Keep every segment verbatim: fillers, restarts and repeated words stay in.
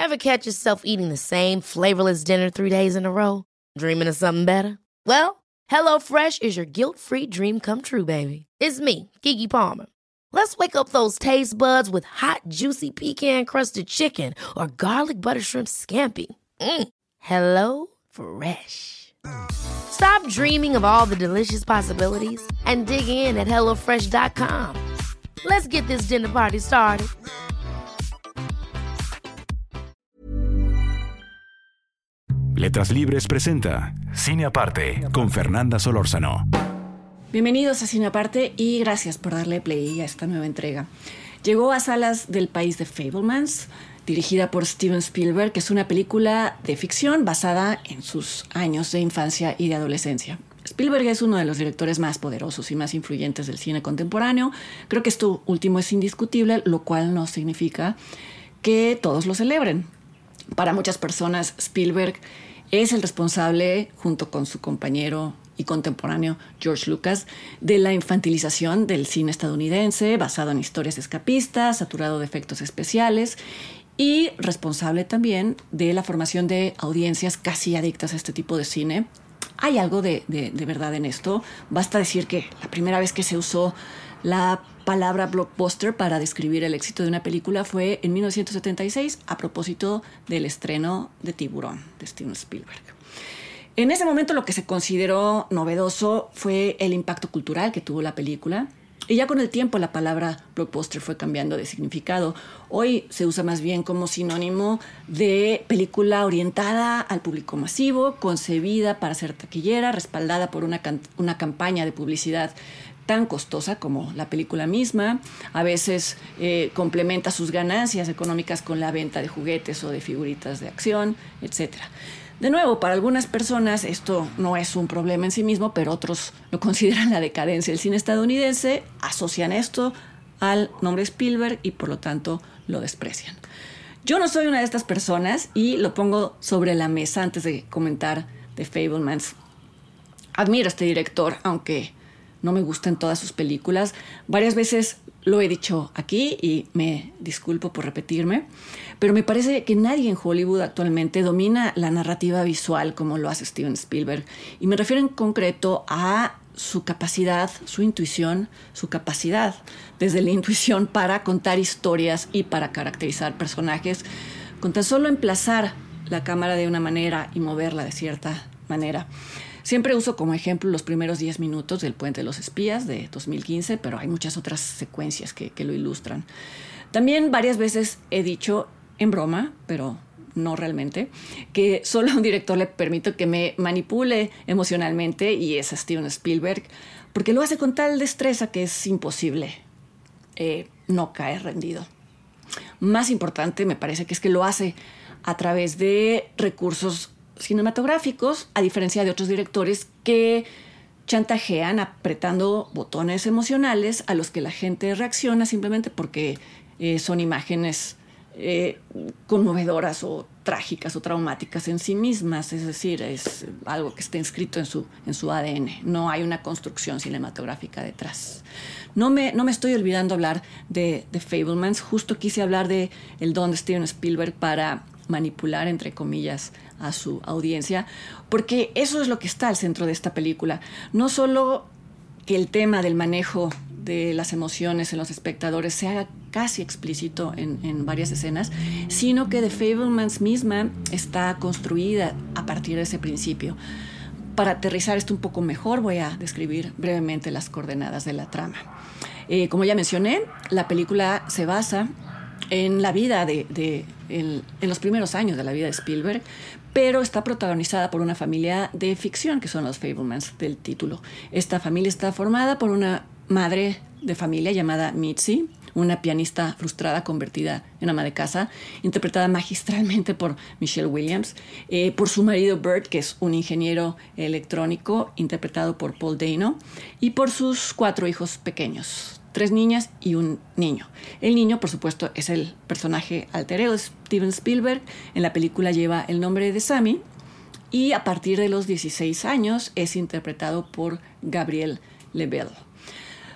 Ever catch yourself eating the same flavorless dinner three days in a row? Dreaming of something better? Well, HelloFresh is your guilt-free dream come true, baby. It's me, Keke Palmer. Let's wake up those taste buds with hot, juicy pecan-crusted chicken or garlic butter shrimp scampi. Mm. Hello Fresh. Stop dreaming of all the delicious possibilities and dig in at hello fresh dot com. Let's get this dinner party started. Letras Libres presenta Cine Aparte con Fernanda Solórzano. Bienvenidos a Cine Aparte y gracias por darle play a esta nueva entrega. Llegó a salas del país de Fabelmans, dirigida por Steven Spielberg, que es una película de ficción basada en sus años de infancia y de adolescencia. Spielberg es uno de los directores más poderosos y más influyentes del cine contemporáneo. Creo que esto último es indiscutible, lo cual no significa que todos lo celebren. Para muchas personas, Spielberg es el responsable, junto con su compañero y contemporáneo George Lucas, de la infantilización del cine estadounidense, basado en historias escapistas, saturado de efectos especiales, y responsable también de la formación de audiencias casi adictas a este tipo de cine. Hay algo de, de, de verdad en esto. Basta decir que la primera vez que se usó la palabra blockbuster para describir el éxito de una película fue en mil novecientos setenta y seis, a propósito del estreno de Tiburón, de Steven Spielberg. En ese momento lo que se consideró novedoso fue el impacto cultural que tuvo la película. Y ya con el tiempo la palabra blockbuster fue cambiando de significado. Hoy se usa más bien como sinónimo de película orientada al público masivo, concebida para ser taquillera, respaldada por una, can- una campaña de publicidad tan costosa como la película misma. A veces eh, complementa sus ganancias económicas con la venta de juguetes o de figuritas de acción, etcétera. De nuevo, para algunas personas esto no es un problema en sí mismo, pero otros lo consideran la decadencia del cine estadounidense, asocian esto al nombre Spielberg y por lo tanto lo desprecian. Yo no soy una de estas personas y lo pongo sobre la mesa antes de comentar de Fabelmans. Admiro a este director, aunque no me gustan todas sus películas. Varias veces lo he dicho aquí y me disculpo por repetirme, pero me parece que nadie en Hollywood actualmente domina la narrativa visual como lo hace Steven Spielberg. Y me refiero en concreto a su capacidad, su intuición, su capacidad desde la intuición para contar historias y para caracterizar personajes, con tan solo emplazar la cámara de una manera y moverla de cierta manera. Siempre uso como ejemplo los primeros diez minutos del Puente de los Espías de dos mil quince, pero hay muchas otras secuencias que, que lo ilustran. También varias veces he dicho, en broma, pero no realmente, que solo a un director le permito que me manipule emocionalmente y es a Steven Spielberg, porque lo hace con tal destreza que es imposible eh, no caer rendido. Más importante me parece que es que lo hace a través de recursos cinematográficos, a diferencia de otros directores que chantajean apretando botones emocionales a los que la gente reacciona simplemente porque eh, son imágenes eh, conmovedoras o trágicas o traumáticas en sí mismas. Es decir, es algo que está inscrito en su, en su A D N. No hay una construcción cinematográfica detrás. No me, no me estoy olvidando hablar de, de Fabelmans. Justo quise hablar de el don de Steven Spielberg para manipular, entre comillas, a su audiencia, porque eso es lo que está al centro de esta película. No solo que el tema del manejo de las emociones en los espectadores se haga casi explícito en, en varias escenas, sino que The Fabelmans misma está construida a partir de ese principio. Para aterrizar esto un poco mejor, voy a describir brevemente las coordenadas de la trama. Eh, como ya mencioné, la película se basa en la vida de, de en, en los primeros años de la vida de Spielberg, pero está protagonizada por una familia de ficción, que son los Fabelmans del título. Esta familia está formada por una madre de familia llamada Mitzi, una pianista frustrada convertida en ama de casa, interpretada magistralmente por Michelle Williams, eh, por su marido Bert, que es un ingeniero electrónico, interpretado por Paul Dano, y por sus cuatro hijos pequeños, tres niñas y un niño. El niño, por supuesto, es el personaje alter ego de Steven Spielberg. En la película lleva el nombre de Sammy y a partir de los dieciséis años es interpretado por Gabriel Lebel.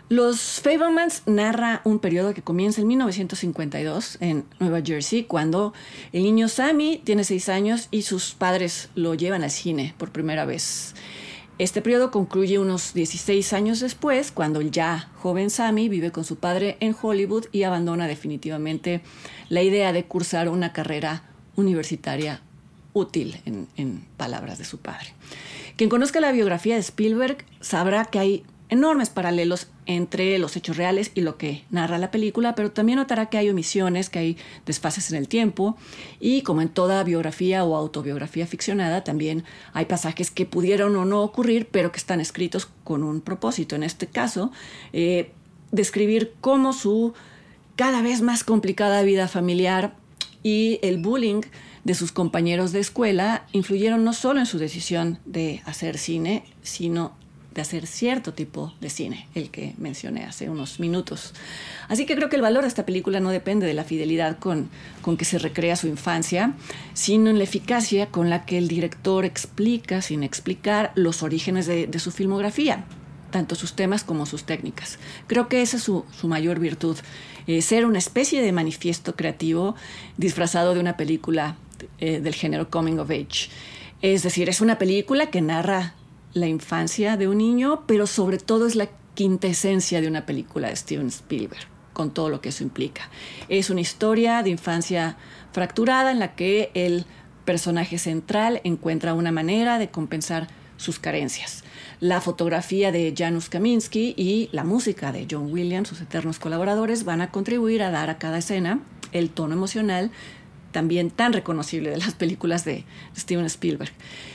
Los Fabelmans narra un periodo que comienza en mil novecientos cincuenta y dos en Nueva Jersey, cuando el niño Sammy tiene seis años y sus padres lo llevan al cine por primera vez. Este periodo concluye unos dieciséis años después, cuando el ya joven Sammy vive con su padre en Hollywood y abandona definitivamente la idea de cursar una carrera universitaria útil, en, en palabras de su padre. Quien conozca la biografía de Spielberg sabrá que hay enormes paralelos entre los hechos reales y lo que narra la película, pero también notará que hay omisiones, que hay desfases en el tiempo, y como en toda biografía o autobiografía ficcionada, también hay pasajes que pudieron o no ocurrir, pero que están escritos con un propósito. En este caso, eh, describir cómo su cada vez más complicada vida familiar y el bullying de sus compañeros de escuela influyeron no solo en su decisión de hacer cine, sino de hacer cierto tipo de cine, el que mencioné hace unos minutos. Así que creo que el valor de esta película no depende de la fidelidad con, con que se recrea su infancia, sino en la eficacia con la que el director explica, sin explicar, los orígenes de, de su filmografía, tanto sus temas como sus técnicas. Creo que esa es su, su mayor virtud, eh, ser una especie de manifiesto creativo disfrazado de una película eh, del género Coming of Age. Es decir, es una película que narra la infancia de un niño, pero sobre todo es la quintesencia de una película de Steven Spielberg, con todo lo que eso implica. Es una historia de infancia fracturada en la que el personaje central encuentra una manera de compensar sus carencias. La fotografía de Janusz Kaminski y la música de John Williams, sus eternos colaboradores, van a contribuir a dar a cada escena el tono emocional también tan reconocible de las películas de Steven Spielberg.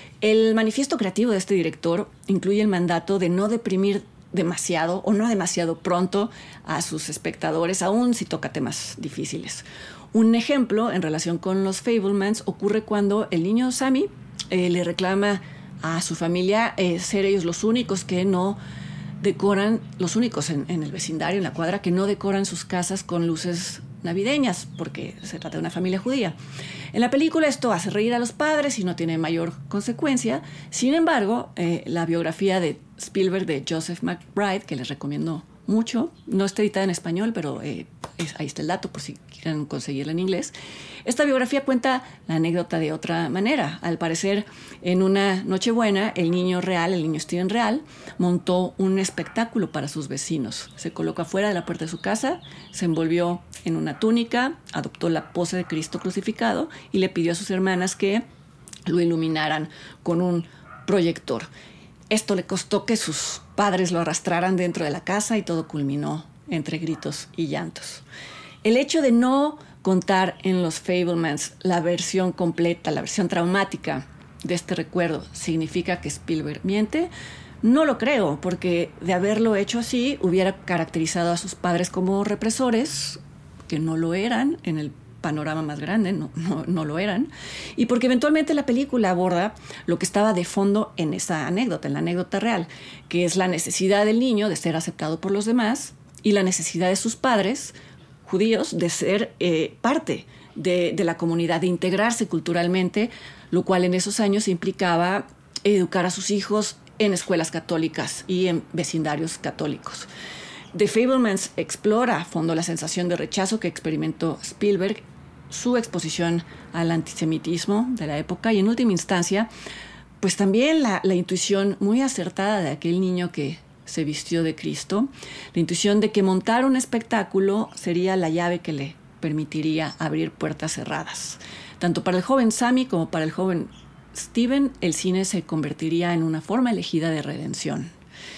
El manifiesto creativo de este director incluye el mandato de no deprimir demasiado o no demasiado pronto a sus espectadores, aun si toca temas difíciles. Un ejemplo en relación con los Fabelmans ocurre cuando el niño Sammy eh, le reclama a su familia eh, ser ellos los únicos que no decoran, los únicos en, en el vecindario, en la cuadra, que no decoran sus casas con luces navideñas, porque se trata de una familia judía. En la película esto hace reír a los padres y no tiene mayor consecuencia. Sin embargo, eh, la biografía de Spielberg de Joseph McBride, que les recomiendo mucho, no está editada en español, pero eh, es, ahí está el dato por si quieren conseguirla en inglés. Esta biografía cuenta la anécdota de otra manera. Al parecer, en una Nochebuena, el niño real, el niño Steven real, montó un espectáculo para sus vecinos. Se colocó afuera de la puerta de su casa, se envolvió en una túnica, adoptó la pose de Cristo crucificado y le pidió a sus hermanas que lo iluminaran con un proyector. Esto le costó que sus padres lo arrastraran dentro de la casa y todo culminó entre gritos y llantos. El hecho de no contar en los Fabelmans la versión completa, la versión traumática de este recuerdo, ¿significa que Spielberg miente? No lo creo, porque de haberlo hecho así hubiera caracterizado a sus padres como represores, que no lo eran en el panorama más grande, no, no, no lo eran, y porque eventualmente la película aborda lo que estaba de fondo en esa anécdota, en la anécdota real, que es la necesidad del niño de ser aceptado por los demás y la necesidad de sus padres judíos de ser eh, parte de, de la comunidad, de integrarse culturalmente, lo cual en esos años implicaba educar a sus hijos en escuelas católicas y en vecindarios católicos. The Fabelmans explora a fondo la sensación de rechazo que experimentó Spielberg, su exposición al antisemitismo de la época y, en última instancia, pues también la, la intuición muy acertada de aquel niño que se vistió de Cristo, la intuición de que montar un espectáculo sería la llave que le permitiría abrir puertas cerradas. Tanto para el joven Sammy como para el joven Steven, el cine se convertiría en una forma elegida de redención.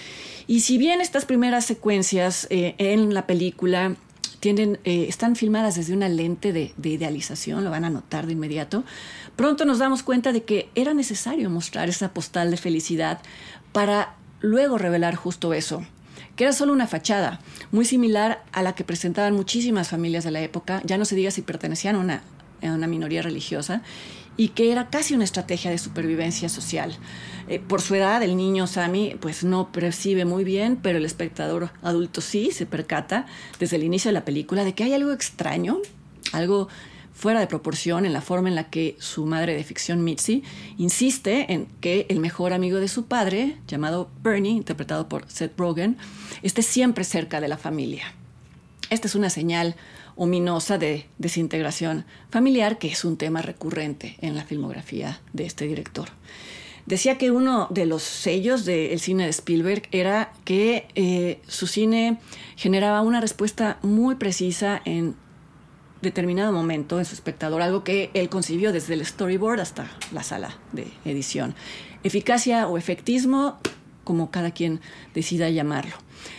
Y si bien estas primeras secuencias eh, en la película tienen, eh, están filmadas desde una lente de, de idealización, lo van a notar de inmediato, pronto nos damos cuenta de que era necesario mostrar esa postal de felicidad para luego revelar justo eso, que era solo una fachada, muy similar a la que presentaban muchísimas familias de la época, ya no se diga si pertenecían a una, a una minoría religiosa, y que era casi una estrategia de supervivencia social. Eh, por su edad, el niño Sammy pues no percibe muy bien, pero el espectador adulto sí se percata desde el inicio de la película de que hay algo extraño, algo fuera de proporción en la forma en la que su madre de ficción, Mitzi, insiste en que el mejor amigo de su padre, llamado Bernie, interpretado por Seth Rogen, esté siempre cerca de la familia. Esta es una señal ominosa de desintegración familiar, que es un tema recurrente en la filmografía de este director. Decía que uno de los sellos del cine de Spielberg era que eh, su cine generaba una respuesta muy precisa en determinado momento en su espectador, algo que él concibió desde el storyboard hasta la sala de edición. Eficacia o efectismo, como cada quien decida llamarlo.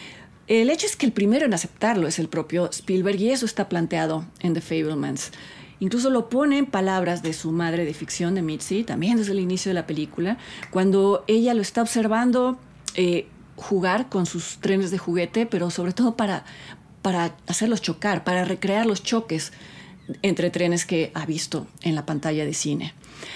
El hecho es que el primero en aceptarlo es el propio Spielberg, y eso está planteado en The Fabelmans. Incluso lo pone en palabras de su madre de ficción, de Mitzi, también desde el inicio de la película, cuando ella lo está observando eh, jugar con sus trenes de juguete, pero sobre todo para, para hacerlos chocar, para recrear los choques entre trenes que ha visto en la pantalla de cine.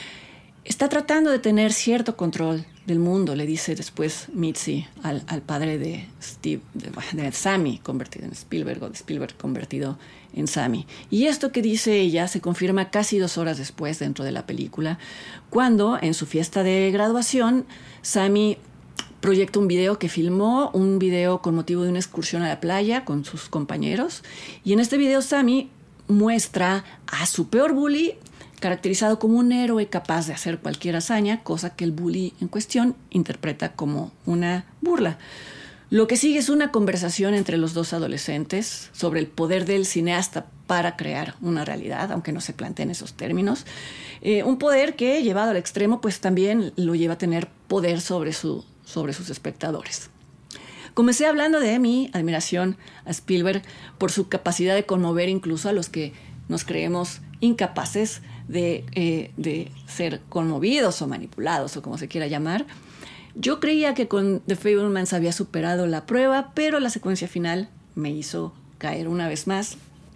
Está tratando de tener cierto control del mundo, le dice después Mitzi al, al padre de, Steve, de, de Sammy, convertido en Spielberg, o de Spielberg convertido en Sammy. Y esto que dice ella se confirma casi dos horas después dentro de la película, cuando en su fiesta de graduación, Sammy proyecta un video que filmó, un video con motivo de una excursión a la playa con sus compañeros. Y en este video Sammy muestra a su peor bully, caracterizado como un héroe capaz de hacer cualquier hazaña, cosa que el bully en cuestión interpreta como una burla. Lo que sigue es una conversación entre los dos adolescentes sobre el poder del cineasta para crear una realidad, aunque no se planteen esos términos. Eh, un poder que, llevado al extremo, pues también lo lleva a tener poder sobre, su, sobre sus espectadores. Comencé hablando de mi admiración a Spielberg por su capacidad de conmover incluso a los que nos creemos incapaces de, eh, de ser conmovidos o manipulados, o como se quiera llamar. Yo creía que con The Fabelmans había superado la prueba, pero la secuencia final me hizo caer una vez más.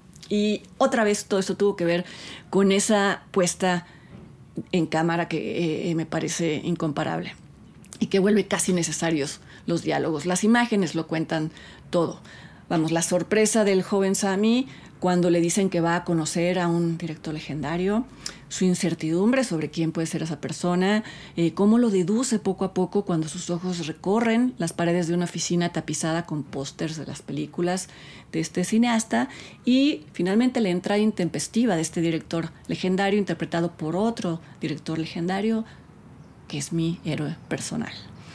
Y otra vez todo esto tuvo que ver con esa puesta en cámara que eh, me parece incomparable y que vuelve casi necesarios los diálogos. Las imágenes lo cuentan todo. Vamos, la sorpresa del joven Sammy cuando le dicen que va a conocer a un director legendario, su incertidumbre sobre quién puede ser esa persona, eh, cómo lo deduce poco a poco cuando sus ojos recorren las paredes de una oficina tapizada con pósters de las películas de este cineasta, y finalmente la entrada intempestiva de este director legendario interpretado por otro director legendario que es mi héroe personal.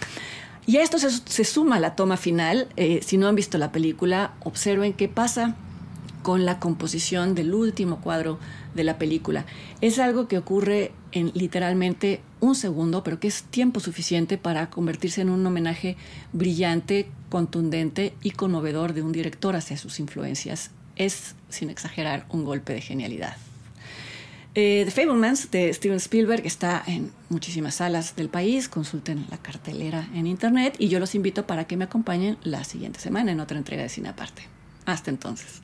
Y a esto se, se suma la toma final. Eh, si no han visto la película, observen qué pasa con la composición del último cuadro de la película. Es algo que ocurre en literalmente un segundo, pero que es tiempo suficiente para convertirse en un homenaje brillante, contundente y conmovedor de un director hacia sus influencias. Es, sin exagerar, un golpe de genialidad. Eh, The Fabelmans de Steven Spielberg está en muchísimas salas del país. Consulten la cartelera en internet y yo los invito para que me acompañen la siguiente semana en otra entrega de Cine Aparte. Hasta entonces.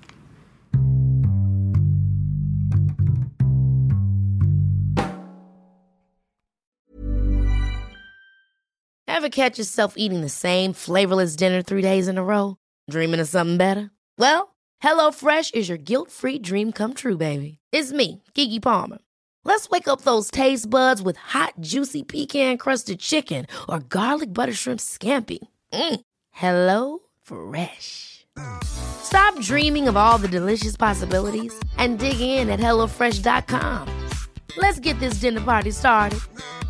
Ever catch yourself eating the same flavorless dinner three days in a row? Dreaming of something better? Well, HelloFresh is your guilt-free dream come true, baby. It's me, Keke Palmer. Let's wake up those taste buds with hot, juicy pecan-crusted chicken or garlic butter shrimp scampi. Mm. Hello Fresh. Stop dreaming of all the delicious possibilities and dig in at hello fresh dot com. Let's get this dinner party started.